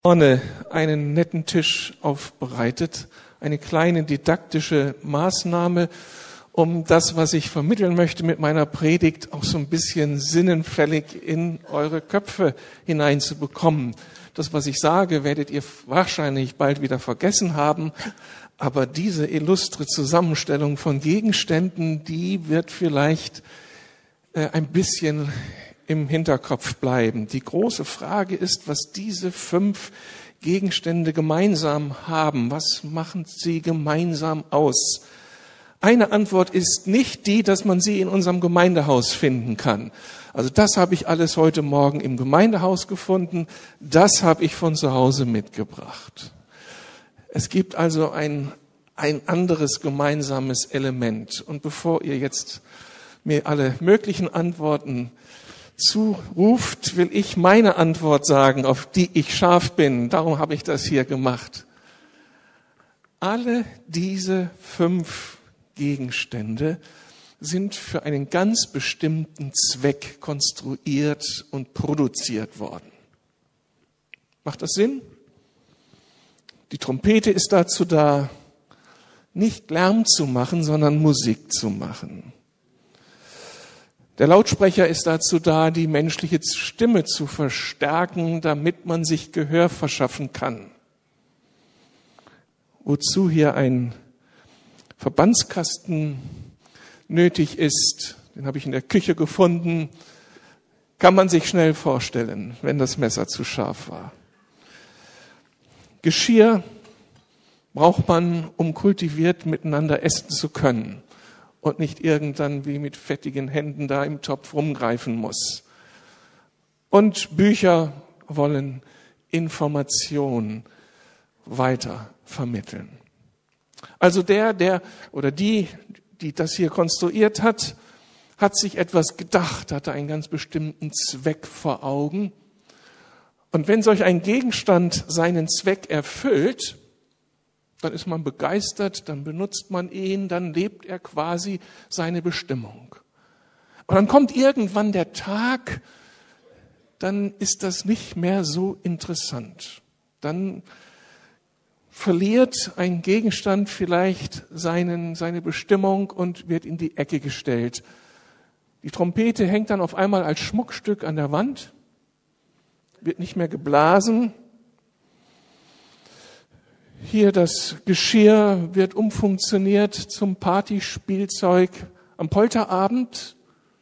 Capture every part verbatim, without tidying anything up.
Vorne einen netten Tisch aufbereitet, eine kleine didaktische Maßnahme, um das, was ich vermitteln möchte mit meiner Predigt, auch so ein bisschen sinnenfällig in eure Köpfe hineinzubekommen. Das, was ich sage, werdet ihr wahrscheinlich bald wieder vergessen haben, aber diese illustre Zusammenstellung von Gegenständen, die wird vielleicht äh, ein bisschen im Hinterkopf bleiben. Die große Frage ist, was diese fünf Gegenstände gemeinsam haben. Was machen sie gemeinsam aus? Eine Antwort ist nicht die, dass man sie in unserem Gemeindehaus finden kann. Also das habe ich alles heute Morgen im Gemeindehaus gefunden. Das habe ich von zu Hause mitgebracht. Es gibt also ein, ein anderes gemeinsames Element. Und bevor ihr jetzt mir alle möglichen Antworten zuruft, will ich meine Antwort sagen, auf die ich scharf bin. Darum habe ich das hier gemacht. Alle diese fünf Gegenstände sind für einen ganz bestimmten Zweck konstruiert und produziert worden. Macht das Sinn? Die Trompete ist dazu da, nicht Lärm zu machen, sondern Musik zu machen. Der Lautsprecher ist dazu da, die menschliche Stimme zu verstärken, damit man sich Gehör verschaffen kann. Wozu hier ein Verbandskasten nötig ist, den habe ich in der Küche gefunden, kann man sich schnell vorstellen, wenn das Messer zu scharf war. Geschirr braucht man, um kultiviert miteinander essen zu können und nicht irgendwann wie mit fettigen Händen da im Topf rumgreifen muss. Und Bücher wollen Information weiter vermitteln. Also der, der oder die, die das hier konstruiert hat, hat sich etwas gedacht, hatte einen ganz bestimmten Zweck vor Augen. Und wenn solch ein Gegenstand seinen Zweck erfüllt, dann ist man begeistert, dann benutzt man ihn, dann lebt er quasi seine Bestimmung. Und dann kommt irgendwann der Tag, dann ist das nicht mehr so interessant. Dann verliert ein Gegenstand vielleicht seinen, seine Bestimmung und wird in die Ecke gestellt. Die Trompete hängt dann auf einmal als Schmuckstück an der Wand, wird nicht mehr geblasen. Hier das Geschirr wird umfunktioniert zum Partyspielzeug am Polterabend.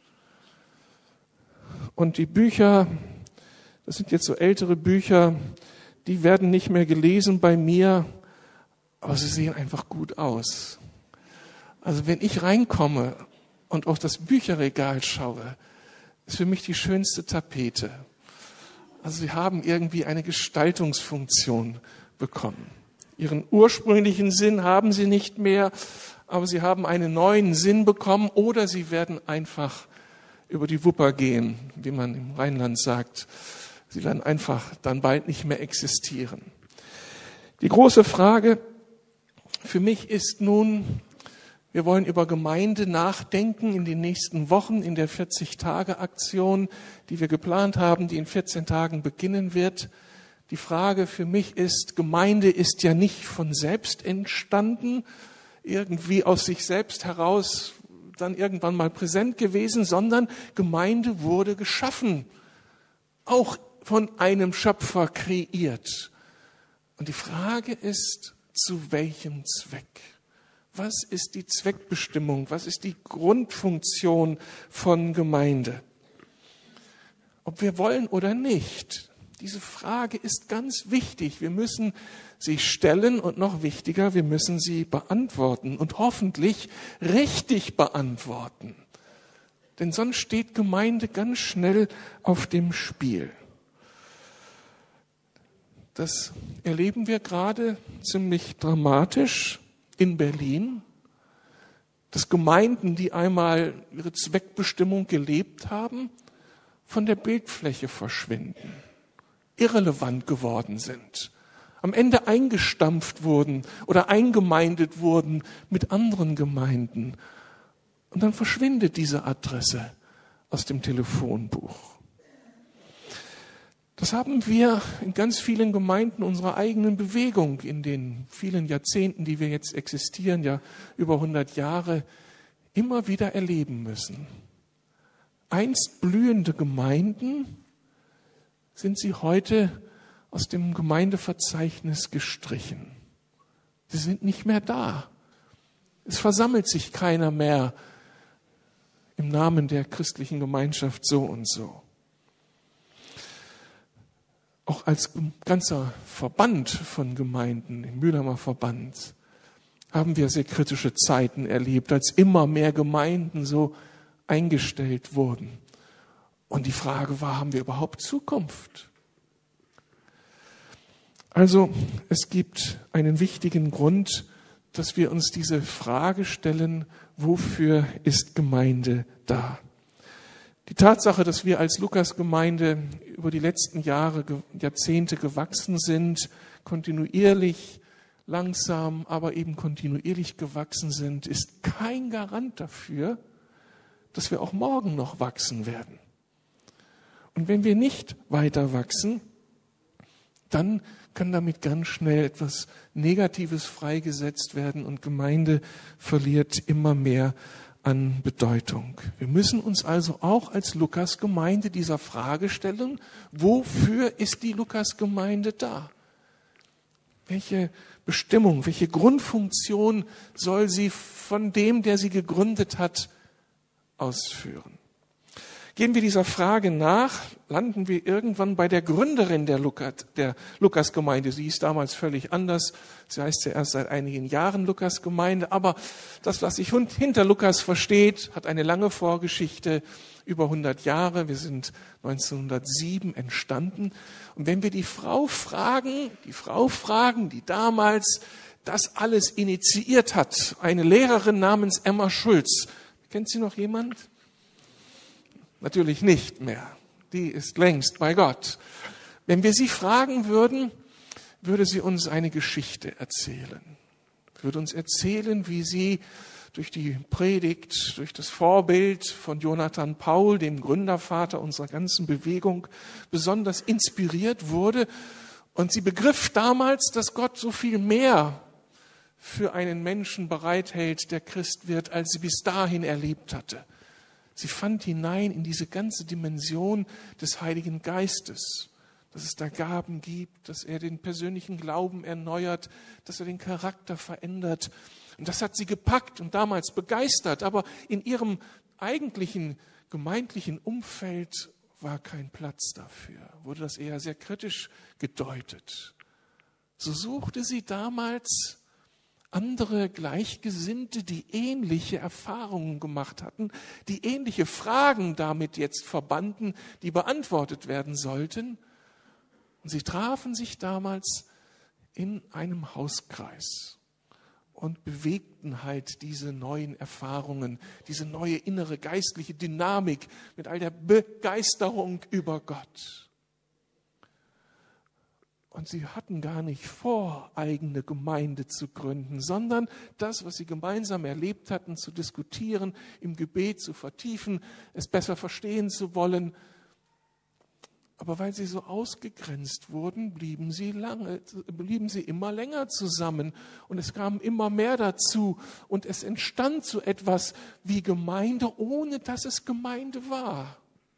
Und die Bücher, das sind jetzt so ältere Bücher, die werden nicht mehr gelesen bei mir, aber sie sehen einfach gut aus. Also wenn ich reinkomme und auf das Bücherregal schaue, ist für mich die schönste Tapete. Also sie haben irgendwie eine Gestaltungsfunktion bekommen. Ihren ursprünglichen Sinn haben sie nicht mehr, aber sie haben einen neuen Sinn bekommen oder sie werden einfach über die Wupper gehen, wie man im Rheinland sagt. Sie werden einfach dann bald nicht mehr existieren. Die große Frage für mich ist nun, wir wollen über Gemeinde nachdenken in den nächsten Wochen in der vierzig-Tage-Aktion, die wir geplant haben, die in vierzehn Tagen beginnen wird. Die Frage für mich ist, Gemeinde ist ja nicht von selbst entstanden, irgendwie aus sich selbst heraus dann irgendwann mal präsent gewesen, sondern Gemeinde wurde geschaffen, auch von einem Schöpfer kreiert. Und die Frage ist, zu welchem Zweck? Was ist die Zweckbestimmung? Was ist die Grundfunktion von Gemeinde? Ob wir wollen oder nicht, diese Frage ist ganz wichtig. Wir müssen sie stellen und noch wichtiger, wir müssen sie beantworten und hoffentlich richtig beantworten. Denn sonst steht Gemeinde ganz schnell auf dem Spiel. Das erleben wir gerade ziemlich dramatisch in Berlin, dass Gemeinden, die einmal ihre Zweckbestimmung gelebt haben, von der Bildfläche verschwinden, irrelevant geworden sind, am Ende eingestampft wurden oder eingemeindet wurden mit anderen Gemeinden. Und dann verschwindet diese Adresse aus dem Telefonbuch. Das haben wir in ganz vielen Gemeinden unserer eigenen Bewegung in den vielen Jahrzehnten, die wir jetzt existieren, ja über hundert Jahre, immer wieder erleben müssen. Einst blühende Gemeinden sind sie heute aus dem Gemeindeverzeichnis gestrichen. Sie sind nicht mehr da. Es versammelt sich keiner mehr im Namen der christlichen Gemeinschaft so und so. Auch als ganzer Verband von Gemeinden, im Mühlheimer Verband, haben wir sehr kritische Zeiten erlebt, als immer mehr Gemeinden so eingestellt wurden. Und die Frage war, haben wir überhaupt Zukunft? Also es gibt einen wichtigen Grund, dass wir uns diese Frage stellen, wofür ist Gemeinde da? Die Tatsache, dass wir als Lukas-Gemeinde über die letzten Jahre, Jahrzehnte gewachsen sind, kontinuierlich, langsam, aber eben kontinuierlich gewachsen sind, ist kein Garant dafür, dass wir auch morgen noch wachsen werden. Und wenn wir nicht weiter wachsen, dann kann damit ganz schnell etwas Negatives freigesetzt werden und Gemeinde verliert immer mehr an Bedeutung. Wir müssen uns also auch als Lukas-Gemeinde dieser Frage stellen, wofür ist die Lukas-Gemeinde da? Welche Bestimmung, welche Grundfunktion soll sie von dem, der sie gegründet hat, ausführen? Gehen wir dieser Frage nach, landen wir irgendwann bei der Gründerin der, Lukas, der Lukas-Gemeinde. Sie hieß damals völlig anders. Sie heißt ja erst seit einigen Jahren Lukas-Gemeinde. Aber das, was sich hinter Lukas versteht, hat eine lange Vorgeschichte, über hundert Jahre. Wir sind neunzehnhundertsieben entstanden. Und wenn wir die Frau fragen, die Frau fragen, die damals das alles initiiert hat, eine Lehrerin namens Emma Schulz. Kennt sie noch jemand? Natürlich nicht mehr. Die ist längst bei Gott. Wenn wir sie fragen würden, würde sie uns eine Geschichte erzählen. Würde uns erzählen, wie sie durch die Predigt, durch das Vorbild von Jonathan Paul, dem Gründervater unserer ganzen Bewegung, besonders inspiriert wurde. Und sie begriff damals, dass Gott so viel mehr für einen Menschen bereithält, der Christ wird, als sie bis dahin erlebt hatte. Sie fand hinein in diese ganze Dimension des Heiligen Geistes, dass es da Gaben gibt, dass er den persönlichen Glauben erneuert, dass er den Charakter verändert. Und das hat sie gepackt und damals begeistert. Aber in ihrem eigentlichen gemeindlichen Umfeld war kein Platz dafür, wurde das eher sehr kritisch gedeutet. So suchte sie damals andere Gleichgesinnte, die ähnliche Erfahrungen gemacht hatten, die ähnliche Fragen damit jetzt verbanden, die beantwortet werden sollten. Und sie trafen sich damals in einem Hauskreis und bewegten halt diese neuen Erfahrungen, diese neue innere geistliche Dynamik mit all der Begeisterung über Gott. Und sie hatten gar nicht vor, eigene Gemeinde zu gründen, sondern das, was sie gemeinsam erlebt hatten, zu diskutieren, im Gebet zu vertiefen, es besser verstehen zu wollen. Aber weil sie so ausgegrenzt wurden, blieben sie lange, blieben sie immer länger zusammen. Und es kam immer mehr dazu. Und es entstand so etwas wie Gemeinde, ohne dass es Gemeinde war.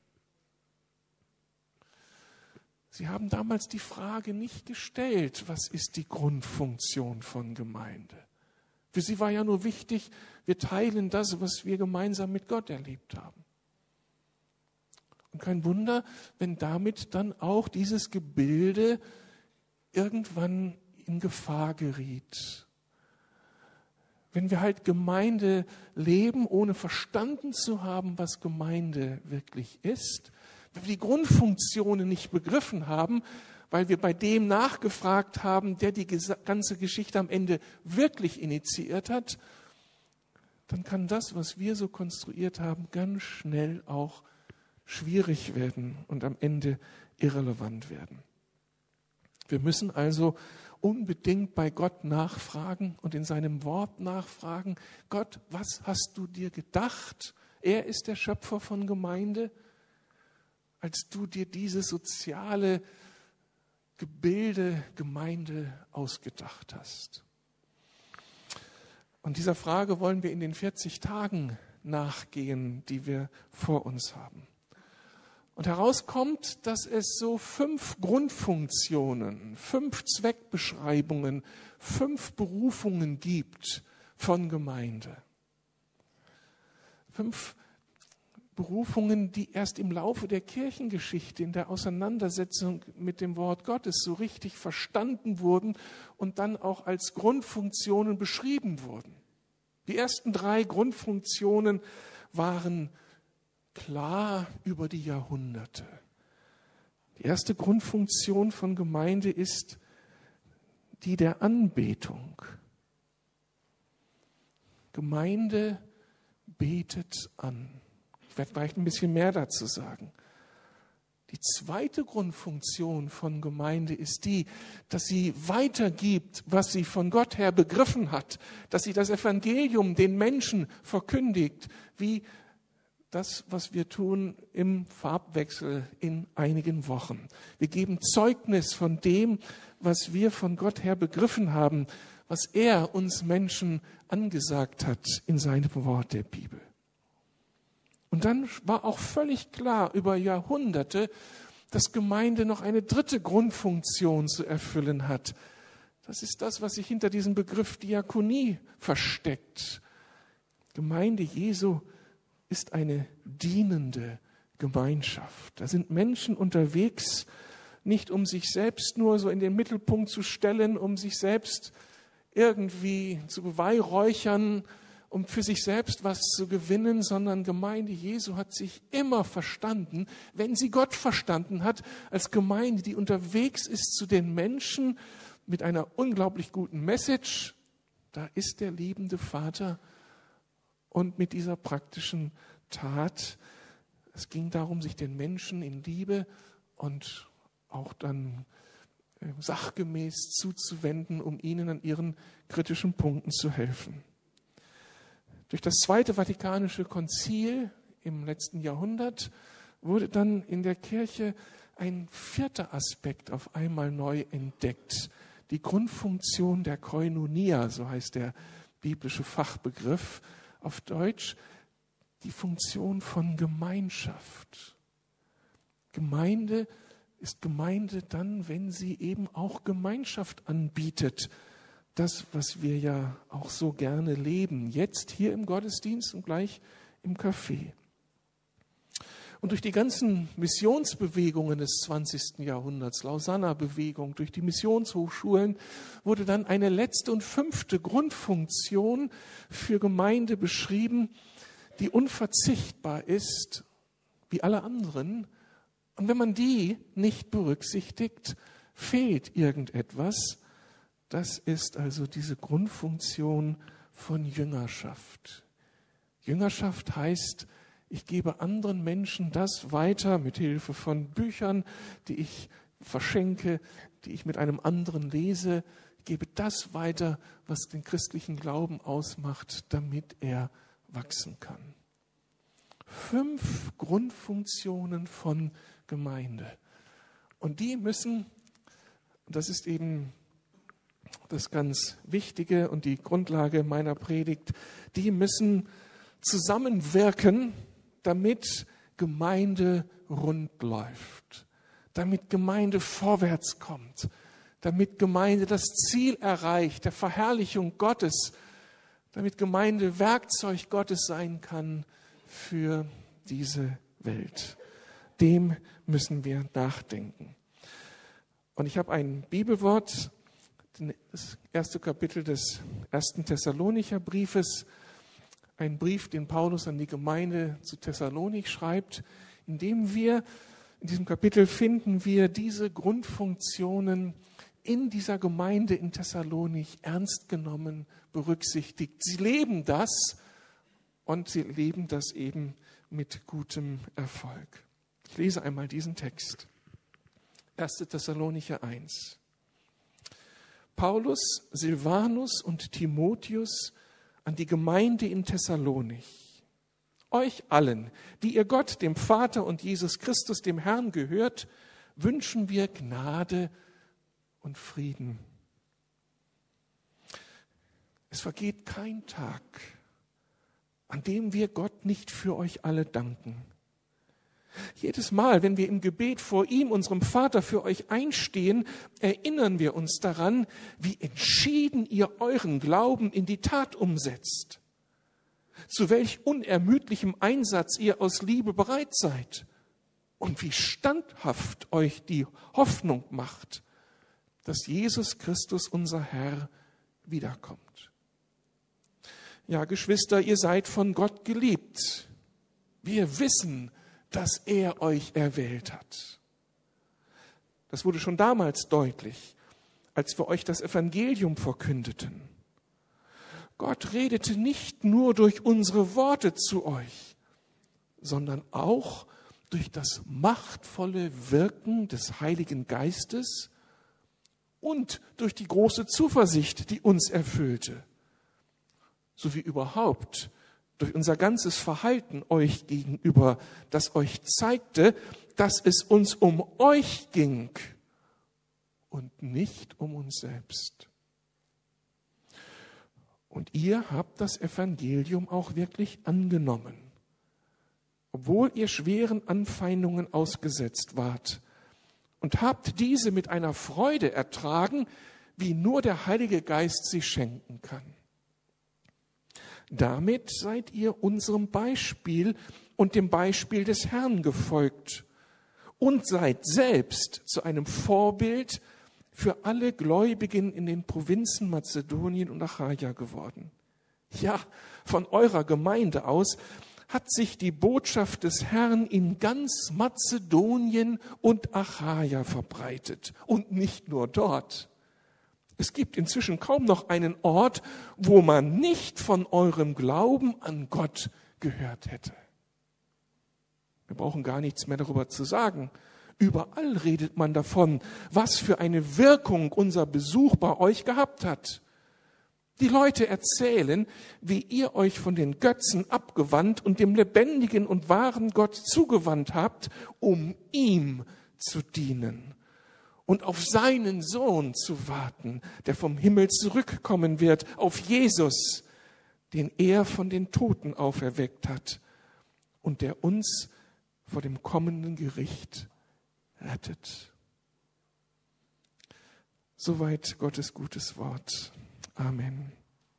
Sie haben damals die Frage nicht gestellt, was ist die Grundfunktion von Gemeinde? Für sie war ja nur wichtig, wir teilen das, was wir gemeinsam mit Gott erlebt haben. Und kein Wunder, wenn damit dann auch dieses Gebilde irgendwann in Gefahr geriet. Wenn wir halt Gemeinde leben, ohne verstanden zu haben, was Gemeinde wirklich ist, wenn wir die Grundfunktionen nicht begriffen haben, weil wir bei dem nachgefragt haben, der die ganze Geschichte am Ende wirklich initiiert hat, dann kann das, was wir so konstruiert haben, ganz schnell auch schwierig werden und am Ende irrelevant werden. Wir müssen also unbedingt bei Gott nachfragen und in seinem Wort nachfragen. Gott, was hast du dir gedacht? Er ist der Schöpfer von Gemeinde. als du dir diese soziale Gebilde, Gemeinde ausgedacht hast? Und dieser Frage wollen wir in den vierzig Tagen nachgehen, die wir vor uns haben. Und herauskommt, dass es so fünf Grundfunktionen, fünf Zweckbeschreibungen, fünf Berufungen gibt von Gemeinde. Fünf Berufungen, die erst im Laufe der Kirchengeschichte, in der Auseinandersetzung mit dem Wort Gottes so richtig verstanden wurden und dann auch als Grundfunktionen beschrieben wurden. Die ersten drei Grundfunktionen waren klar über die Jahrhunderte. Die erste Grundfunktion von Gemeinde ist die der Anbetung. Gemeinde betet an. Ich werde gleich ein bisschen mehr dazu sagen. Die zweite Grundfunktion von Gemeinde ist die, dass sie weitergibt, was sie von Gott her begriffen hat, dass sie das Evangelium den Menschen verkündigt, wie das, was wir tun im Farbwechsel in einigen Wochen. Wir geben Zeugnis von dem, was wir von Gott her begriffen haben, was er uns Menschen angesagt hat in seinem Wort der Bibel. Und dann war auch völlig klar über Jahrhunderte, dass Gemeinde noch eine dritte Grundfunktion zu erfüllen hat. Das ist das, was sich hinter diesem Begriff Diakonie versteckt. Gemeinde Jesu ist eine dienende Gemeinschaft. Da sind Menschen unterwegs, nicht um sich selbst nur so in den Mittelpunkt zu stellen, um sich selbst irgendwie zu beweihräuchern, um für sich selbst was zu gewinnen, sondern Gemeinde Jesu hat sich immer verstanden, wenn sie Gott verstanden hat, als Gemeinde, die unterwegs ist zu den Menschen mit einer unglaublich guten Message. Da ist der liebende Vater. Und mit dieser praktischen Tat, es ging darum, sich den Menschen in Liebe und auch dann sachgemäß zuzuwenden, um ihnen an ihren kritischen Punkten zu helfen. Durch das Zweite Vatikanische Konzil im letzten Jahrhundert wurde dann in der Kirche ein vierter Aspekt auf einmal neu entdeckt. Die Grundfunktion der Koinonia, so heißt der biblische Fachbegriff. Auf Deutsch die Funktion von Gemeinschaft. Gemeinde ist Gemeinde dann, wenn sie eben auch Gemeinschaft anbietet. Das, was wir ja auch so gerne leben. Jetzt hier im Gottesdienst und gleich im Café. Und durch die ganzen Missionsbewegungen des zwanzigsten Jahrhunderts, Lausanna-Bewegung, durch die Missionshochschulen, wurde dann eine letzte und fünfte Grundfunktion für Gemeinde beschrieben, die unverzichtbar ist, wie alle anderen. Und wenn man die nicht berücksichtigt, fehlt irgendetwas. Das ist also diese Grundfunktion von Jüngerschaft. Jüngerschaft heißt, ich gebe anderen Menschen das weiter mit Hilfe von Büchern, die ich verschenke, die ich mit einem anderen lese. Ich gebe das weiter, was den christlichen Glauben ausmacht, damit er wachsen kann. Fünf Grundfunktionen von Gemeinde. Und die müssen, das ist eben das ganz Wichtige und die Grundlage meiner Predigt, die müssen zusammenwirken, damit Gemeinde rund läuft, damit Gemeinde vorwärts kommt, damit Gemeinde das Ziel erreicht, der Verherrlichung Gottes, damit Gemeinde Werkzeug Gottes sein kann für diese Welt. Dem müssen wir nachdenken. Und ich habe ein Bibelwort, das erste Kapitel des ersten Thessalonicher Briefes, ein Brief, den Paulus an die Gemeinde zu Thessalonik schreibt, in dem wir, in diesem Kapitel finden wir diese Grundfunktionen in dieser Gemeinde in Thessalonik ernst genommen, berücksichtigt. Sie leben das und sie leben das eben mit gutem Erfolg. Ich lese einmal diesen Text. erster Thessalonicher eins. Paulus, Silvanus und Timotheus an die Gemeinde in Thessalonik. Euch allen, die ihr Gott, dem Vater und Jesus Christus, dem Herrn gehört, wünschen wir Gnade und Frieden. Es vergeht kein Tag, an dem wir Gott nicht für euch alle danken. Jedes Mal, wenn wir im Gebet vor ihm, unserem Vater, für euch einstehen, erinnern wir uns daran, wie entschieden ihr euren Glauben in die Tat umsetzt, zu welch unermüdlichem Einsatz ihr aus Liebe bereit seid und wie standhaft euch die Hoffnung macht, dass Jesus Christus, unser Herr, wiederkommt. Ja, Geschwister, ihr seid von Gott geliebt. Wir wissen, dass er euch erwählt hat. Das wurde schon damals deutlich, als wir euch das Evangelium verkündeten. Gott redete nicht nur durch unsere Worte zu euch, sondern auch durch das machtvolle Wirken des Heiligen Geistes und durch die große Zuversicht, die uns erfüllte, sowie überhaupt durch unser ganzes Verhalten euch gegenüber, das euch zeigte, dass es uns um euch ging und nicht um uns selbst. Und ihr habt das Evangelium auch wirklich angenommen, obwohl ihr schweren Anfeindungen ausgesetzt wart, und habt diese mit einer Freude ertragen, wie nur der Heilige Geist sie schenken kann. Damit seid ihr unserem Beispiel und dem Beispiel des Herrn gefolgt und seid selbst zu einem Vorbild für alle Gläubigen in den Provinzen Mazedonien und Achaia geworden. Ja, von eurer Gemeinde aus hat sich die Botschaft des Herrn in ganz Mazedonien und Achaia verbreitet und nicht nur dort. Es gibt inzwischen kaum noch einen Ort, wo man nicht von eurem Glauben an Gott gehört hätte. Wir brauchen gar nichts mehr darüber zu sagen. Überall redet man davon, was für eine Wirkung unser Besuch bei euch gehabt hat. Die Leute erzählen, wie ihr euch von den Götzen abgewandt und dem lebendigen und wahren Gott zugewandt habt, um ihm zu dienen und auf seinen Sohn zu warten, der vom Himmel zurückkommen wird, auf Jesus, den er von den Toten auferweckt hat und der uns vor dem kommenden Gericht rettet. Soweit Gottes gutes Wort. Amen.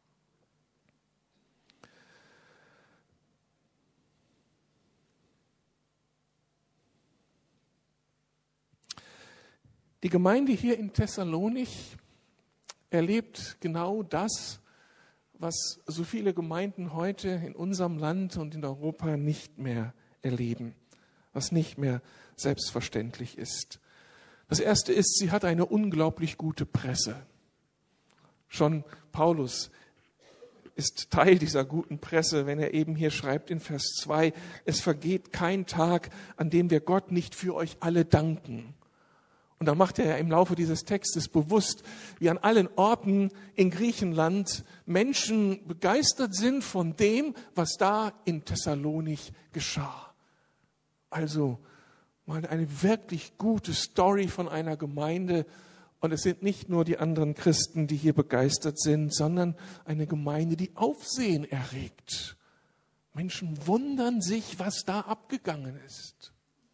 Die Gemeinde hier in Thessalonich erlebt genau das, was so viele Gemeinden heute in unserem Land und in Europa nicht mehr erleben, was nicht mehr selbstverständlich ist. Das Erste ist, sie hat eine unglaublich gute Presse. Schon Paulus ist Teil dieser guten Presse, wenn er eben hier schreibt in Vers zwei, es vergeht kein Tag, an dem wir Gott nicht für euch alle danken. Und dann macht er ja im Laufe dieses Textes bewusst, wie an allen Orten in Griechenland Menschen begeistert sind von dem, was da in Thessalonich geschah. Also mal eine wirklich gute Story von einer Gemeinde. Und es sind nicht nur die anderen Christen, die hier begeistert sind, sondern eine Gemeinde, die Aufsehen erregt. Menschen wundern sich, was da abgegangen ist.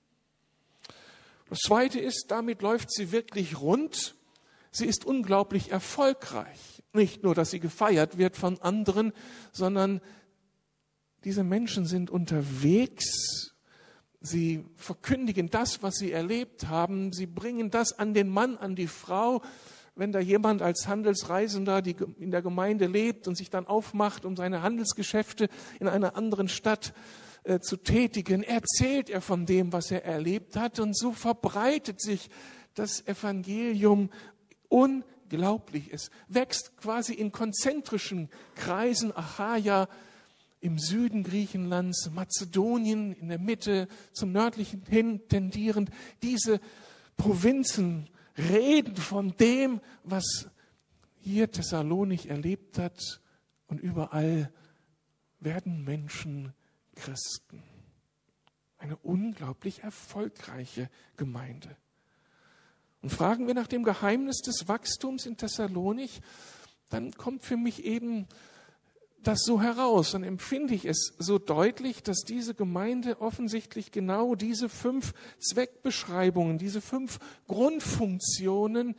Das Zweite ist, damit läuft sie wirklich rund. Sie ist unglaublich erfolgreich. Nicht nur, dass sie gefeiert wird von anderen, sondern diese Menschen sind unterwegs. Sie verkündigen das, was sie erlebt haben. Sie bringen das an den Mann, an die Frau. Wenn da jemand als Handelsreisender die in der Gemeinde lebt und sich dann aufmacht, um seine Handelsgeschäfte in einer anderen Stadt äh, zu tätigen, erzählt er von dem, was er erlebt hat. Und so verbreitet sich das Evangelium unglaublich. Es wächst quasi in konzentrischen Kreisen. Achaia im Süden Griechenlands, Mazedonien in der Mitte, zum nördlichen hin tendierend. Diese Provinzen reden von dem, was hier Thessalonich erlebt hat. Und überall werden Menschen Christen. Eine unglaublich erfolgreiche Gemeinde. Und fragen wir nach dem Geheimnis des Wachstums in Thessalonich, dann kommt für mich eben das so heraus. Dann empfinde ich es so deutlich, dass diese Gemeinde offensichtlich genau diese fünf Zweckbeschreibungen, diese fünf Grundfunktionen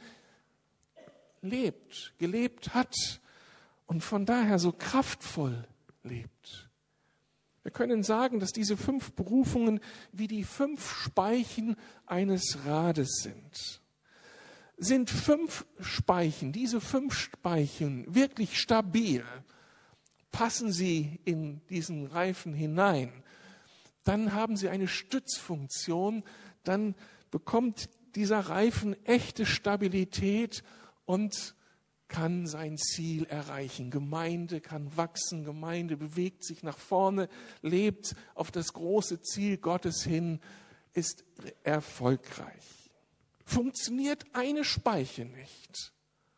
lebt, gelebt hat und von daher so kraftvoll lebt. Wir können sagen, dass diese fünf Berufungen wie die fünf Speichen eines Rades sind. Sind fünf Speichen, diese fünf Speichen wirklich stabil, passen sie in diesen Reifen hinein, dann haben sie eine Stützfunktion, dann bekommt dieser Reifen echte Stabilität und kann sein Ziel erreichen. Gemeinde kann wachsen, Gemeinde bewegt sich nach vorne, lebt auf das große Ziel Gottes hin, ist erfolgreich. Funktioniert eine Speiche nicht?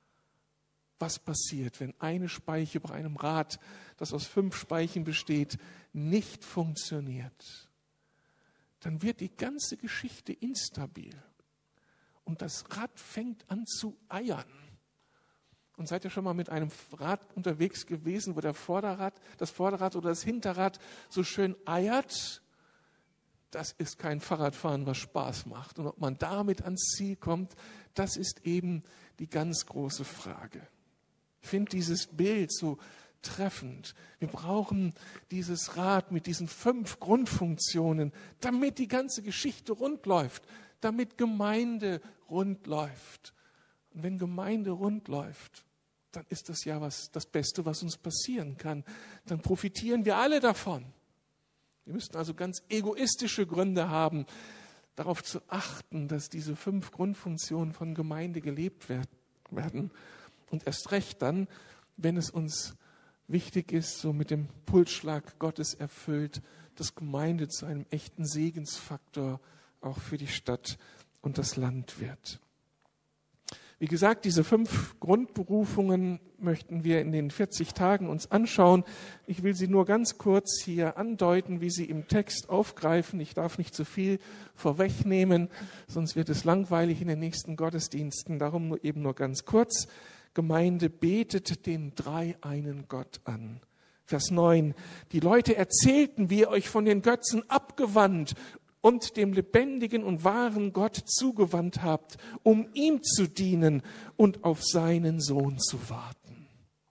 Was passiert, wenn eine Speiche bei einem Rad, das aus fünf Speichen besteht, nicht funktioniert? Dann wird die ganze Geschichte instabil. Und das Rad fängt an zu eiern. Und seid ihr schon mal mit einem Rad unterwegs gewesen, wo der Vorderrad, das Vorderrad oder das Hinterrad so schön eiert? Das ist kein Fahrradfahren, was Spaß macht. Und ob man damit ans Ziel kommt, das ist eben die ganz große Frage. Ich finde dieses Bild so treffend. Wir brauchen dieses Rad mit diesen fünf Grundfunktionen, damit die ganze Geschichte rund läuft, damit Gemeinde rund läuft. Und wenn Gemeinde rund läuft, dann ist das ja was, das Beste, was uns passieren kann. Dann profitieren wir alle davon. Wir müssten also ganz egoistische Gründe haben, darauf zu achten, dass diese fünf Grundfunktionen von Gemeinde gelebt werden. Und erst recht dann, wenn es uns wichtig ist, so mit dem Pulsschlag Gottes erfüllt, dass Gemeinde zu einem echten Segensfaktor auch für die Stadt und das Land wird. Wie gesagt, diese fünf Grundberufungen möchten wir in den vierzig Tagen uns anschauen. Ich will sie nur ganz kurz hier andeuten, wie sie im Text aufgreifen. Ich darf nicht zu viel vorwegnehmen, sonst wird es langweilig in den nächsten Gottesdiensten. Darum nur eben nur ganz kurz. Gemeinde betet den dreieinen Gott an. Vers neun. Die Leute erzählten, wie ihr euch von den Götzen abgewandt und dem lebendigen und wahren Gott zugewandt habt, um ihm zu dienen und auf seinen Sohn zu warten.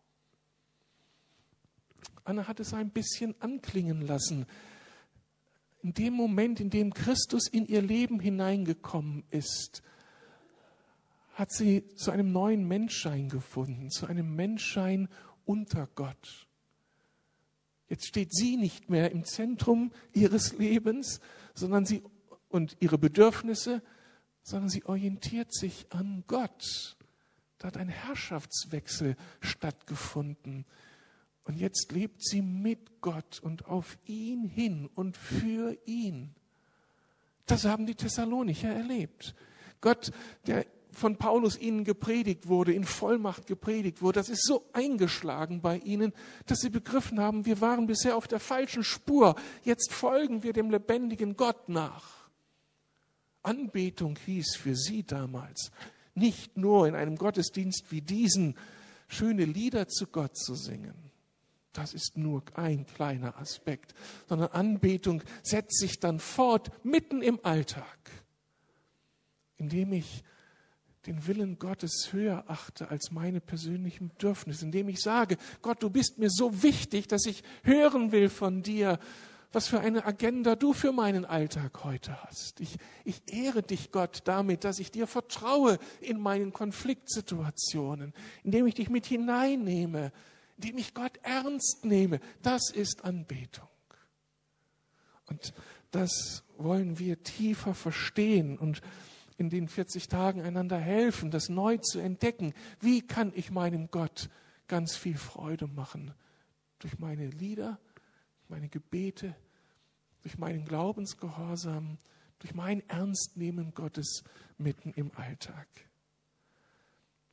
Anna hat es ein bisschen anklingen lassen. In dem Moment, in dem Christus in ihr Leben hineingekommen ist, hat sie zu einem neuen Menschsein gefunden, zu einem Menschsein unter Gott. Jetzt steht sie nicht mehr im Zentrum ihres Lebens, sondern sie und ihre Bedürfnisse, sondern sie orientiert sich an Gott. Da hat ein Herrschaftswechsel stattgefunden. Und jetzt lebt sie mit Gott und auf ihn hin und für ihn. Das haben die Thessalonicher erlebt. Gott, der von Paulus ihnen gepredigt wurde, in Vollmacht gepredigt wurde, das ist so eingeschlagen bei ihnen, dass sie begriffen haben, wir waren bisher auf der falschen Spur, jetzt folgen wir dem lebendigen Gott nach. Anbetung hieß für sie damals, nicht nur in einem Gottesdienst wie diesen schöne Lieder zu Gott zu singen. Das ist nur ein kleiner Aspekt, sondern Anbetung setzt sich dann fort mitten im Alltag, indem ich den Willen Gottes höher achte als meine persönlichen Bedürfnisse, indem ich sage, Gott, du bist mir so wichtig, dass ich hören will von dir, was für eine Agenda du für meinen Alltag heute hast. Ich, ich ehre dich, Gott, damit, dass ich dir vertraue in meinen Konfliktsituationen, indem ich dich mit hineinnehme, indem ich Gott ernst nehme. Das ist Anbetung. Und das wollen wir tiefer verstehen und in den vierzig Tagen einander helfen, das neu zu entdecken. Wie kann ich meinem Gott ganz viel Freude machen? Durch meine Lieder, meine Gebete, durch meinen Glaubensgehorsam, durch mein Ernstnehmen Gottes mitten im Alltag.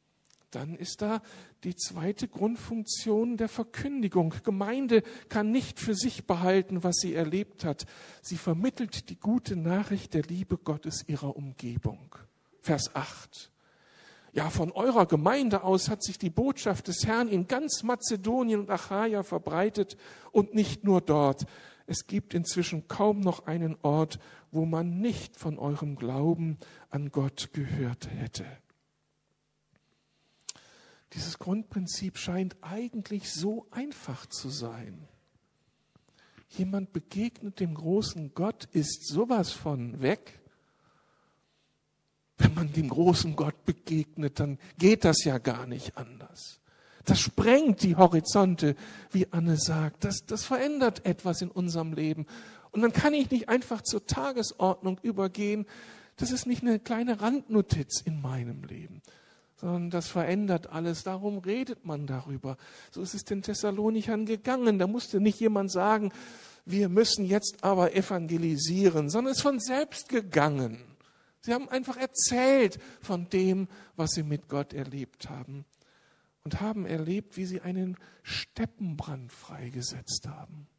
Dann ist da die zweite Grundfunktion der Verkündigung. Gemeinde kann nicht für sich behalten, was sie erlebt hat. Sie vermittelt die gute Nachricht der Liebe Gottes ihrer Umgebung. Vers acht. Ja, von eurer Gemeinde aus hat sich die Botschaft des Herrn in ganz Mazedonien und Achaia verbreitet und nicht nur dort. Es gibt inzwischen kaum noch einen Ort, wo man nicht von eurem Glauben an Gott gehört hätte. Dieses Grundprinzip scheint eigentlich so einfach zu sein. Jemand begegnet dem großen Gott, ist sowas von weg. Wenn man dem großen Gott begegnet, dann geht das ja gar nicht anders. Das sprengt die Horizonte, wie Anne sagt. Das, das verändert etwas in unserem Leben. Und dann kann ich nicht einfach zur Tagesordnung übergehen. Das ist nicht eine kleine Randnotiz in meinem Leben, sondern das verändert alles. Darum redet man darüber. So ist es den Thessalonichern gegangen. Da musste nicht jemand sagen, wir müssen jetzt aber evangelisieren, sondern es ist von selbst gegangen. Sie haben einfach erzählt von dem, was sie mit Gott erlebt haben und haben erlebt, wie sie einen Steppenbrand freigesetzt haben.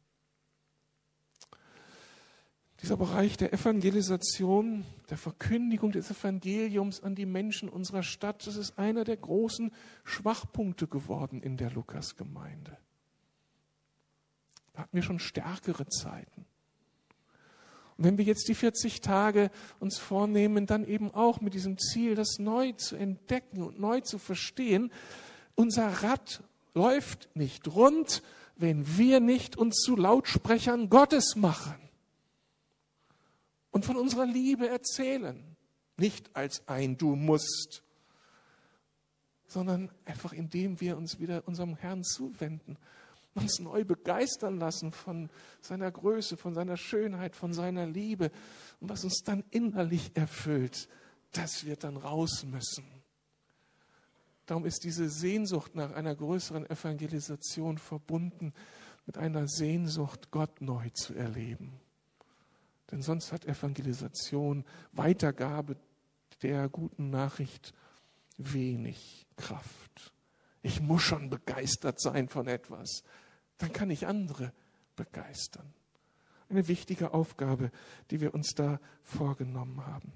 Dieser Bereich der Evangelisation, der Verkündigung des Evangeliums an die Menschen unserer Stadt, das ist einer der großen Schwachpunkte geworden in der Lukasgemeinde. Da hatten wir schon stärkere Zeiten. Und wenn wir jetzt die vierzig Tage uns vornehmen, dann eben auch mit diesem Ziel, das neu zu entdecken und neu zu verstehen, unser Rad läuft nicht rund, wenn wir nicht uns zu Lautsprechern Gottes machen und von unserer Liebe erzählen. Nicht als ein Du musst, sondern einfach indem wir uns wieder unserem Herrn zuwenden, uns neu begeistern lassen von seiner Größe, von seiner Schönheit, von seiner Liebe. Und was uns dann innerlich erfüllt, das wird dann raus müssen. Darum ist diese Sehnsucht nach einer größeren Evangelisation verbunden mit einer Sehnsucht, Gott neu zu erleben. Denn sonst hat Evangelisation, Weitergabe der guten Nachricht wenig Kraft. Ich muss schon begeistert sein von etwas. Dann kann ich andere begeistern. Eine wichtige Aufgabe, die wir uns da vorgenommen haben.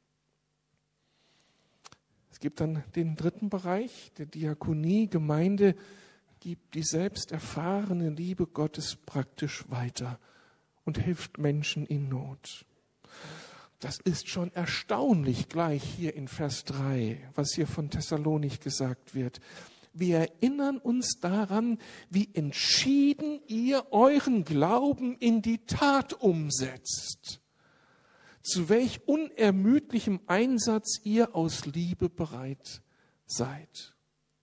Es gibt dann den dritten Bereich der Diakonie. Gemeinde gibt die selbst erfahrene Liebe Gottes praktisch weiter und hilft Menschen in Not. Das ist schon erstaunlich gleich hier in Vers drei, was hier von Thessalonik gesagt wird. Wir erinnern uns daran, wie entschieden ihr euren Glauben in die Tat umsetzt, zu welch unermüdlichem Einsatz ihr aus Liebe bereit seid.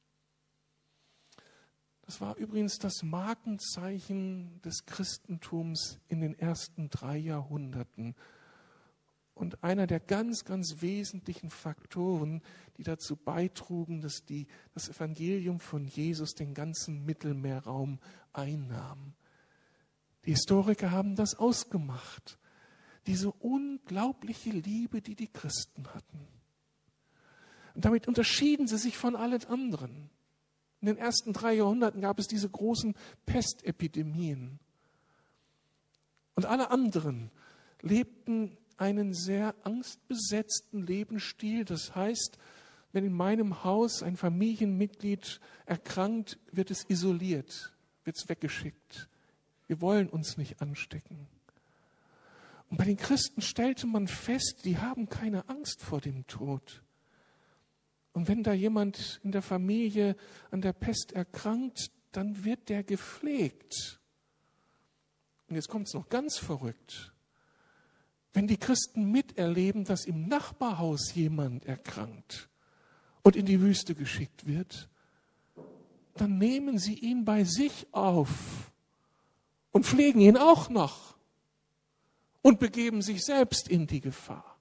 Das war übrigens das Markenzeichen des Christentums in den ersten drei Jahrhunderten und einer der ganz, ganz wesentlichen Faktoren, die dazu beitrugen, dass die, das Evangelium von Jesus den ganzen Mittelmeerraum einnahm. Die Historiker haben das ausgemacht. Diese unglaubliche Liebe, die die Christen hatten. Und damit unterschieden sie sich von allen anderen. In den ersten drei Jahrhunderten gab es diese großen Pestepidemien. Und alle anderen lebten einen sehr angstbesetzten Lebensstil. Das heißt, wenn in meinem Haus ein Familienmitglied erkrankt, wird es isoliert, wird es weggeschickt. Wir wollen uns nicht anstecken. Und bei den Christen stellte man fest, die haben keine Angst vor dem Tod. Und wenn da jemand in der Familie an der Pest erkrankt, dann wird der gepflegt. Und jetzt kommt es noch ganz verrückt. Wenn die Christen miterleben, dass im Nachbarhaus jemand erkrankt und in die Wüste geschickt wird, dann nehmen sie ihn bei sich auf und pflegen ihn auch noch und begeben sich selbst in die Gefahr.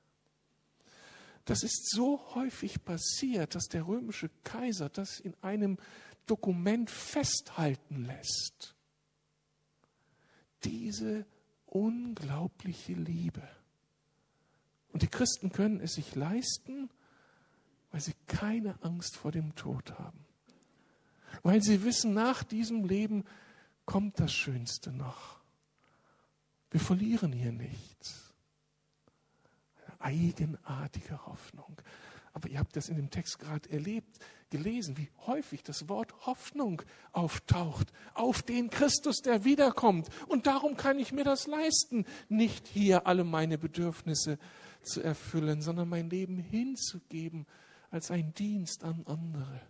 Das ist so häufig passiert, dass der römische Kaiser das in einem Dokument festhalten lässt. Diese unglaubliche Liebe. Und die Christen können es sich leisten, weil sie keine Angst vor dem Tod haben. Weil sie wissen, nach diesem Leben kommt das Schönste noch. Wir verlieren hier nichts. Eine eigenartige Hoffnung. Aber ihr habt das in dem Text gerade erlebt, gelesen, wie häufig das Wort Hoffnung auftaucht auf den Christus, der wiederkommt. Und darum kann ich mir das leisten, nicht hier alle meine Bedürfnisse zu erfüllen, sondern mein Leben hinzugeben als ein Dienst an andere.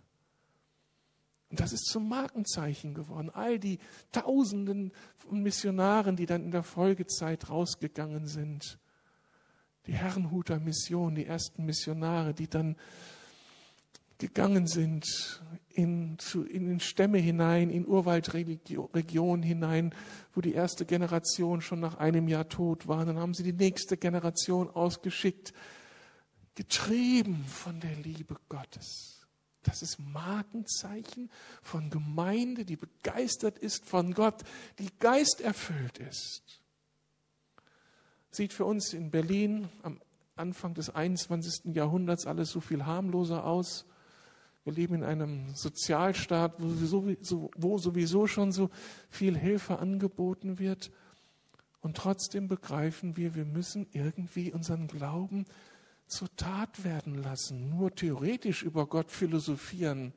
Und das ist zum Markenzeichen geworden. All die Tausenden von Missionaren, die dann in der Folgezeit rausgegangen sind. Die Herrnhuter Mission, die ersten Missionare, die dann gegangen sind in, zu, in den Stämme hinein, in Urwaldregionen hinein, wo die erste Generation schon nach einem Jahr tot war. Dann haben sie die nächste Generation ausgeschickt, getrieben von der Liebe Gottes. Das ist Markenzeichen von Gemeinde, die begeistert ist von Gott, die geisterfüllt ist. Sieht für uns in Berlin am Anfang des einundzwanzigsten Jahrhunderts alles so viel harmloser aus. Wir leben in einem Sozialstaat, wo sowieso, wo sowieso schon so viel Hilfe angeboten wird. Und trotzdem begreifen wir, wir müssen irgendwie unseren Glauben zur Tat werden lassen. Nur theoretisch über Gott philosophieren,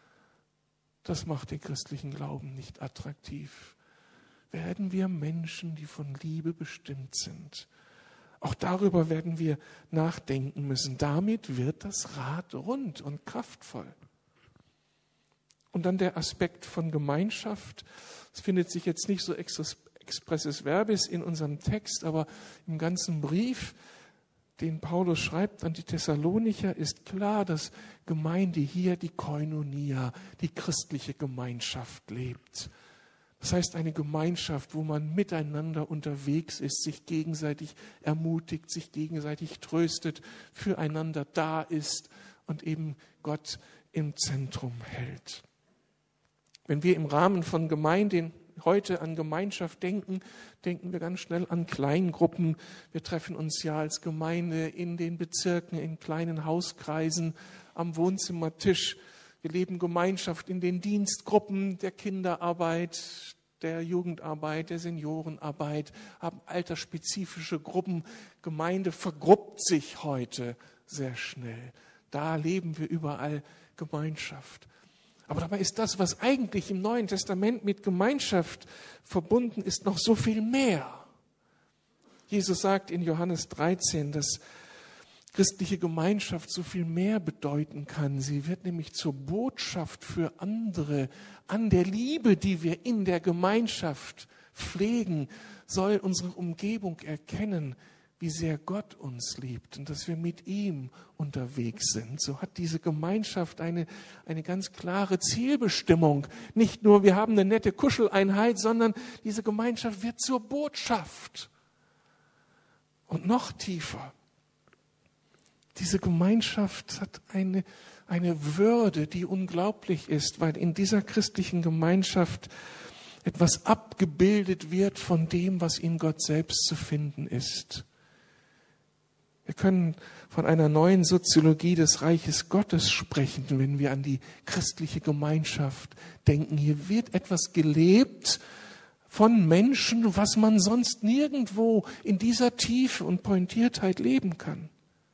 das macht den christlichen Glauben nicht attraktiv. Werden wir Menschen, die von Liebe bestimmt sind. Auch darüber werden wir nachdenken müssen. Damit wird das Rad rund und kraftvoll. Und dann der Aspekt von Gemeinschaft. Es findet sich jetzt nicht so expresses verbis in unserem Text, aber im ganzen Brief, den Paulus schreibt an die Thessalonicher, ist klar, dass Gemeinde hier die Koinonia, die christliche Gemeinschaft lebt. Das heißt, eine Gemeinschaft, wo man miteinander unterwegs ist, sich gegenseitig ermutigt, sich gegenseitig tröstet, füreinander da ist und eben Gott im Zentrum hält. Wenn wir im Rahmen von Gemeinde heute an Gemeinschaft denken, denken wir ganz schnell an Kleingruppen. Wir treffen uns ja als Gemeinde in den Bezirken, in kleinen Hauskreisen, am Wohnzimmertisch. Wir leben Gemeinschaft in den Dienstgruppen der Kinderarbeit, der Jugendarbeit, der Seniorenarbeit, haben altersspezifische Gruppen. Gemeinde vergruppt sich heute sehr schnell. Da leben wir überall Gemeinschaft. Aber dabei ist das, was eigentlich im Neuen Testament mit Gemeinschaft verbunden ist, noch so viel mehr. Jesus sagt in Johannes dreizehn, dass christliche Gemeinschaft so viel mehr bedeuten kann. Sie wird nämlich zur Botschaft für andere. An der Liebe, die wir in der Gemeinschaft pflegen, soll unsere Umgebung erkennen, wie sehr Gott uns liebt und dass wir mit ihm unterwegs sind. So hat diese Gemeinschaft eine, eine ganz klare Zielbestimmung. Nicht nur, wir haben eine nette Kuscheleinheit, sondern diese Gemeinschaft wird zur Botschaft. Und noch tiefer. Diese Gemeinschaft hat eine, eine Würde, die unglaublich ist, weil in dieser christlichen Gemeinschaft etwas abgebildet wird von dem, was in Gott selbst zu finden ist. Wir können von einer neuen Soziologie des Reiches Gottes sprechen, wenn wir an die christliche Gemeinschaft denken. Hier wird etwas gelebt von Menschen, was man sonst nirgendwo in dieser Tiefe und Pointiertheit leben kann.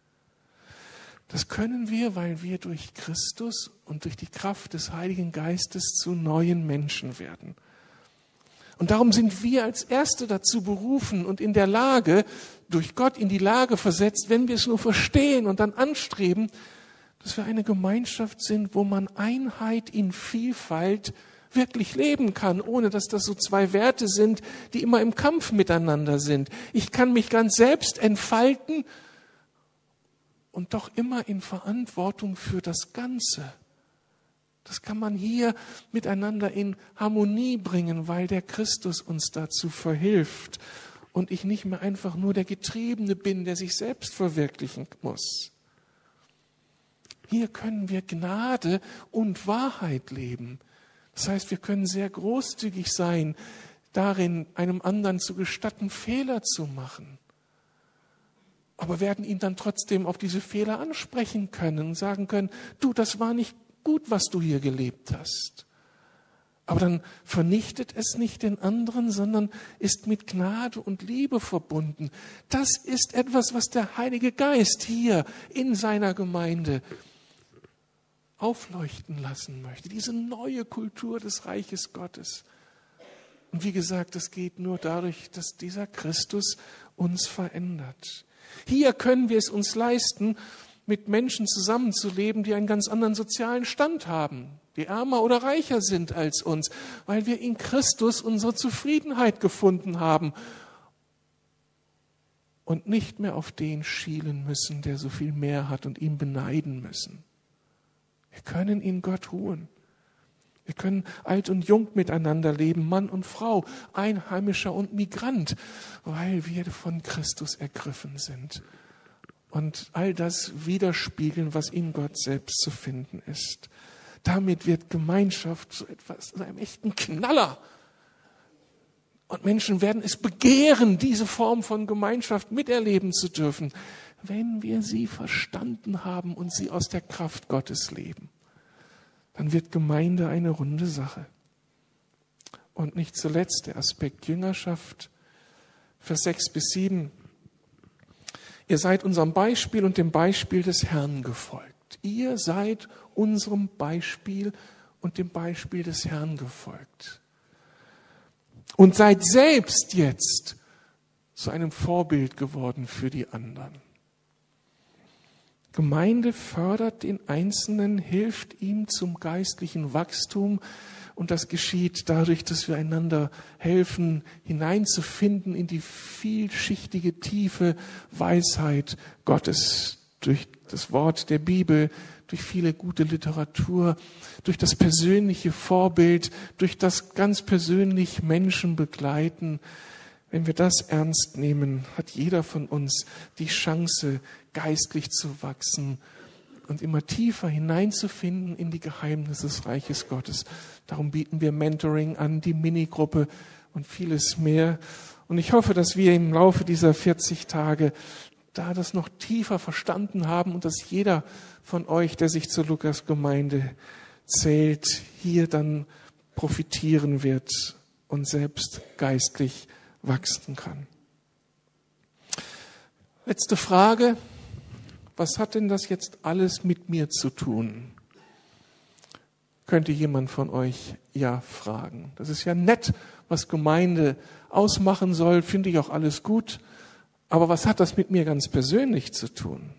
Das können wir, weil wir durch Christus und durch die Kraft des Heiligen Geistes zu neuen Menschen werden. Und darum sind wir als Erste dazu berufen und in der Lage, durch Gott in die Lage versetzt, wenn wir es nur verstehen und dann anstreben, dass wir eine Gemeinschaft sind, wo man Einheit in Vielfalt wirklich leben kann, ohne dass das so zwei Werte sind, die immer im Kampf miteinander sind. Ich kann mich ganz selbst entfalten und doch immer in Verantwortung für das Ganze. Das kann man hier miteinander in Harmonie bringen, weil der Christus uns dazu verhilft und ich nicht mehr einfach nur der Getriebene bin, der sich selbst verwirklichen muss. Hier können wir Gnade und Wahrheit leben. Das heißt, wir können sehr großzügig sein, darin einem anderen zu gestatten, Fehler zu machen. aber werden ihn dann trotzdem auf diese Fehler ansprechen können und sagen können, du, das war nicht gut, was du hier gelebt hast. Aber dann vernichtet es nicht den anderen, sondern ist mit Gnade und Liebe verbunden. Das ist etwas, was der Heilige Geist hier in seiner Gemeinde aufleuchten lassen möchte. Diese neue Kultur des Reiches Gottes. Und wie gesagt, es geht nur dadurch, dass dieser Christus uns verändert. Hier können wir es uns leisten, mit Menschen zusammenzuleben, die einen ganz anderen sozialen Stand haben, die ärmer oder reicher sind als uns, weil wir in Christus unsere Zufriedenheit gefunden haben und nicht mehr auf den schielen müssen, der so viel mehr hat und ihn beneiden müssen. Wir können in Gott ruhen. Wir können alt und jung miteinander leben, Mann und Frau, Einheimischer und Migrant, weil wir von Christus ergriffen sind. Und all das widerspiegeln, was in Gott selbst zu finden ist. Damit wird Gemeinschaft zu etwas, zu einem echten Knaller. Und Menschen werden es begehren, diese Form von Gemeinschaft miterleben zu dürfen, wenn wir sie verstanden haben und sie aus der Kraft Gottes leben. Dann wird Gemeinde eine runde Sache. Und nicht zuletzt der Aspekt Jüngerschaft, Vers sechs bis sieben. Ihr seid unserem Beispiel und dem Beispiel des Herrn gefolgt. Ihr seid unserem Beispiel und dem Beispiel des Herrn gefolgt. Und seid selbst jetzt zu einem Vorbild geworden für die anderen. Gemeinde fördert den Einzelnen, hilft ihm zum geistlichen Wachstum. Und das geschieht dadurch, dass wir einander helfen, hineinzufinden in die vielschichtige, tiefe Weisheit Gottes. Durch das Wort der Bibel, durch viele gute Literatur, durch das persönliche Vorbild, durch das ganz persönlich Menschen begleiten. Wenn wir das ernst nehmen, hat jeder von uns die Chance, geistlich zu wachsen und immer tiefer hineinzufinden in die Geheimnisse des Reiches Gottes. Darum bieten wir Mentoring an, die Minigruppe und vieles mehr. Und ich hoffe, dass wir im Laufe dieser vierzig Tage da das noch tiefer verstanden haben und dass jeder von euch, der sich zur Lukas-Gemeinde zählt, hier dann profitieren wird und selbst geistlich wachsen kann. Letzte Frage. Was hat denn das jetzt alles mit mir zu tun? Könnte jemand von euch ja fragen. Das ist ja nett, was Gemeinde ausmachen soll, finde ich auch alles gut. Aber was hat das mit mir ganz persönlich zu tun?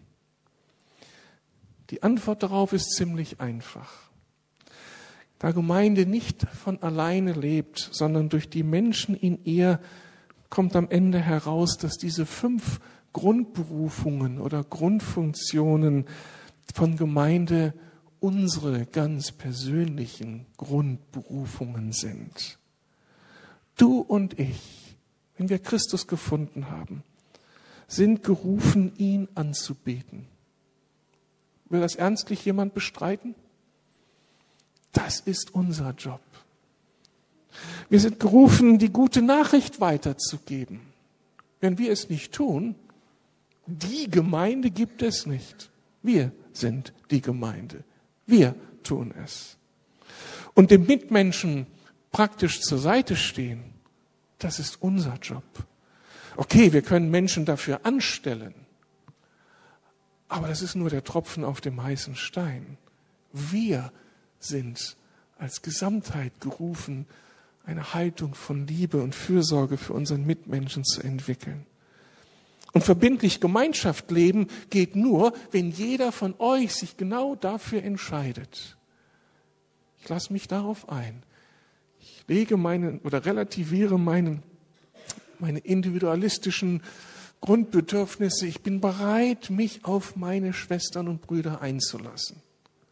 Die Antwort darauf ist ziemlich einfach. Da Gemeinde nicht von alleine lebt, sondern durch die Menschen in ihr, kommt am Ende heraus, dass diese fünf Grundberufungen oder Grundfunktionen von Gemeinde unsere ganz persönlichen Grundberufungen sind. Du und ich, wenn wir Christus gefunden haben, sind gerufen, ihn anzubeten. Will das ernstlich jemand bestreiten? Das ist unser Job. Wir sind gerufen, die gute Nachricht weiterzugeben. Wenn wir es nicht tun, die Gemeinde gibt es nicht. Wir sind die Gemeinde. Wir tun es. Und dem Mitmenschen praktisch zur Seite stehen, das ist unser Job. Okay, wir können Menschen dafür anstellen, aber das ist nur der Tropfen auf dem heißen Stein. Wir sind als Gesamtheit gerufen, eine Haltung von Liebe und Fürsorge für unseren Mitmenschen zu entwickeln. Und verbindlich Gemeinschaft leben geht nur, wenn jeder von euch sich genau dafür entscheidet. Ich lasse mich darauf ein. Ich lege meinen oder relativiere meinen, meine individualistischen Grundbedürfnisse. Ich bin bereit, mich auf meine Schwestern und Brüder einzulassen.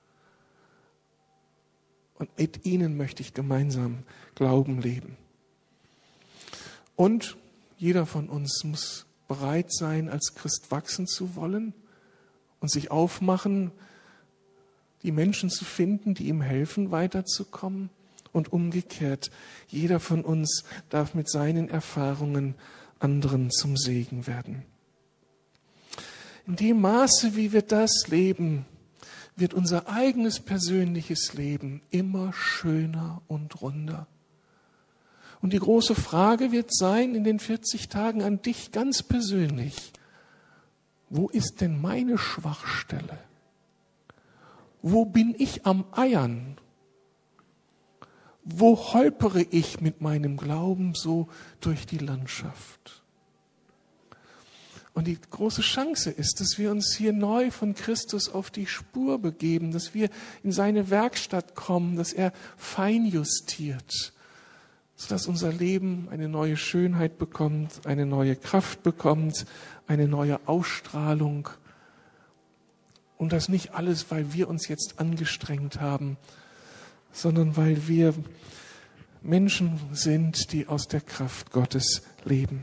Und mit ihnen möchte ich gemeinsam Glauben leben. Und jeder von uns muss bereit sein, als Christ wachsen zu wollen und sich aufmachen, die Menschen zu finden, die ihm helfen, weiterzukommen. Und umgekehrt, jeder von uns darf mit seinen Erfahrungen anderen zum Segen werden. In dem Maße, wie wir das leben, wird unser eigenes persönliches Leben immer schöner und runder. Und die große Frage wird sein in den vierzig Tagen an dich ganz persönlich: Wo ist denn meine Schwachstelle? Wo bin ich am Eiern? Wo holpere ich mit meinem Glauben so durch die Landschaft? Und die große Chance ist, dass wir uns hier neu von Christus auf die Spur begeben, dass wir in seine Werkstatt kommen, dass er feinjustiert, sodass unser Leben eine neue Schönheit bekommt, eine neue Kraft bekommt, eine neue Ausstrahlung. Und das nicht alles, weil wir uns jetzt angestrengt haben, sondern weil wir Menschen sind, die aus der Kraft Gottes leben.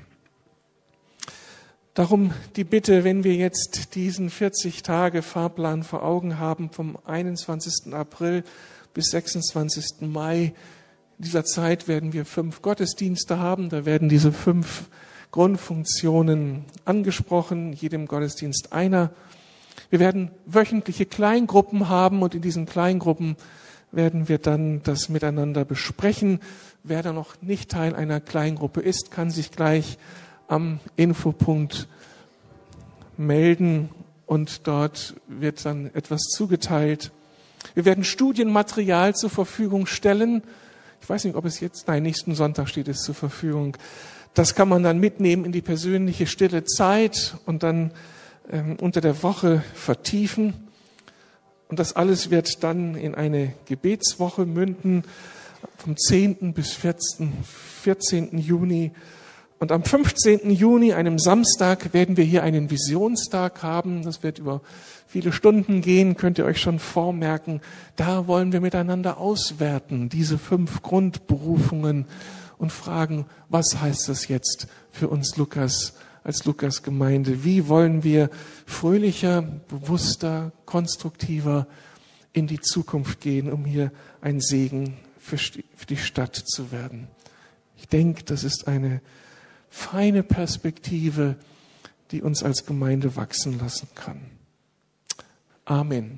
Darum die Bitte, wenn wir jetzt diesen vierzig Tage Fahrplan vor Augen haben, vom einundzwanzigsten April bis sechsundzwanzigsten Mai, in dieser Zeit werden wir fünf Gottesdienste haben, da werden diese fünf Grundfunktionen angesprochen, jedem Gottesdienst einer. Wir werden wöchentliche Kleingruppen haben und in diesen Kleingruppen werden wir dann das miteinander besprechen. Wer da noch nicht Teil einer Kleingruppe ist, kann sich gleich am Infopunkt melden und dort wird dann etwas zugeteilt. Wir werden Studienmaterial zur Verfügung stellen. Ich weiß nicht, ob es jetzt, nein, nächsten Sonntag steht es zur Verfügung. Das kann man dann mitnehmen in die persönliche stille Zeit und dann ähm, unter der Woche vertiefen. Und das alles wird dann in eine Gebetswoche münden, vom zehnten bis vierzehnten Juni. Und am fünfzehnten Juni, einem Samstag, werden wir hier einen Visionstag haben. Das wird über viele Stunden gehen, könnt ihr euch schon vormerken. Da wollen wir miteinander auswerten, diese fünf Grundberufungen und fragen, was heißt das jetzt für uns Lukas, als Lukas-Gemeinde? Wie wollen wir fröhlicher, bewusster, konstruktiver in die Zukunft gehen, um hier ein Segen für die Stadt zu werden? Ich denke, das ist eine feine Perspektive, die uns als Gemeinde wachsen lassen kann. Amen.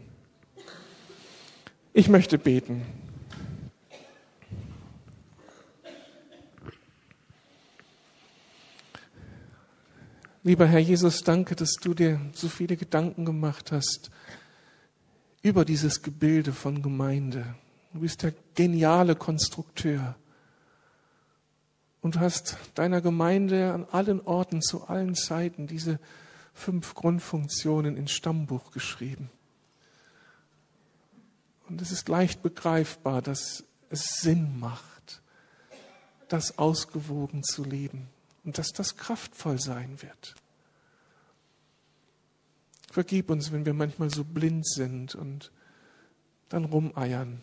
Ich möchte beten. Lieber Herr Jesus, danke, dass du dir so viele Gedanken gemacht hast über dieses Gebilde von Gemeinde. Du bist der geniale Konstrukteur. Und du hast deiner Gemeinde an allen Orten, zu allen Zeiten diese fünf Grundfunktionen ins Stammbuch geschrieben. Und es ist leicht begreifbar, dass es Sinn macht, das ausgewogen zu leben und dass das kraftvoll sein wird. Vergib uns, wenn wir manchmal so blind sind und dann rumeiern.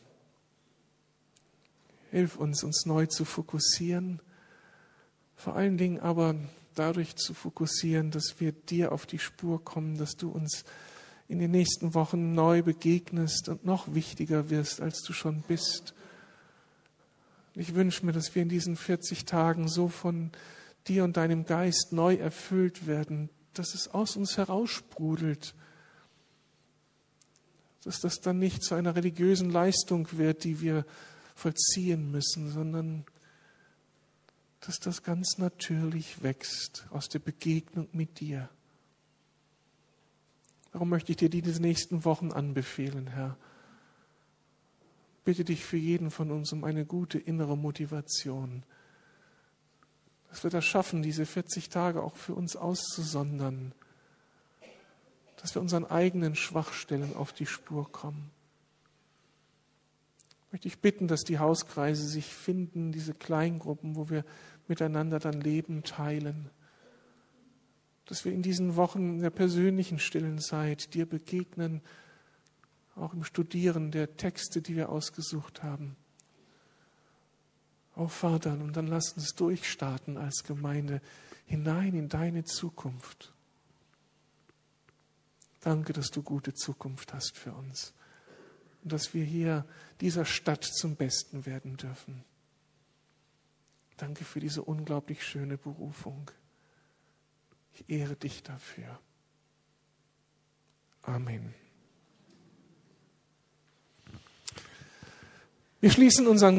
Hilf uns, uns neu zu fokussieren. Vor allen Dingen aber dadurch zu fokussieren, dass wir dir auf die Spur kommen, dass du uns in den nächsten Wochen neu begegnest und noch wichtiger wirst, als du schon bist. Ich wünsche mir, dass wir in diesen vierzig Tagen so von dir und deinem Geist neu erfüllt werden, dass es aus uns heraussprudelt, dass das dann nicht zu einer religiösen Leistung wird, die wir vollziehen müssen, sondern dass das ganz natürlich wächst aus der Begegnung mit dir. Darum möchte ich dir diese nächsten Wochen anbefehlen, Herr. Bitte dich für jeden von uns um eine gute innere Motivation, dass wir das schaffen, diese vierzig Tage auch für uns auszusondern, dass wir unseren eigenen Schwachstellen auf die Spur kommen. Ich möchte dich bitten, dass die Hauskreise sich finden, diese Kleingruppen, wo wir miteinander dann Leben teilen, dass wir in diesen Wochen in der persönlichen stillen Zeit dir begegnen, auch im Studieren der Texte, die wir ausgesucht haben. Auffordern und dann lass uns durchstarten als Gemeinde hinein in deine Zukunft. Danke, dass du gute Zukunft hast für uns und dass wir hier dieser Stadt zum Besten werden dürfen. Danke für diese unglaublich schöne Berufung. Ich ehre dich dafür. Amen. Wir schließen unseren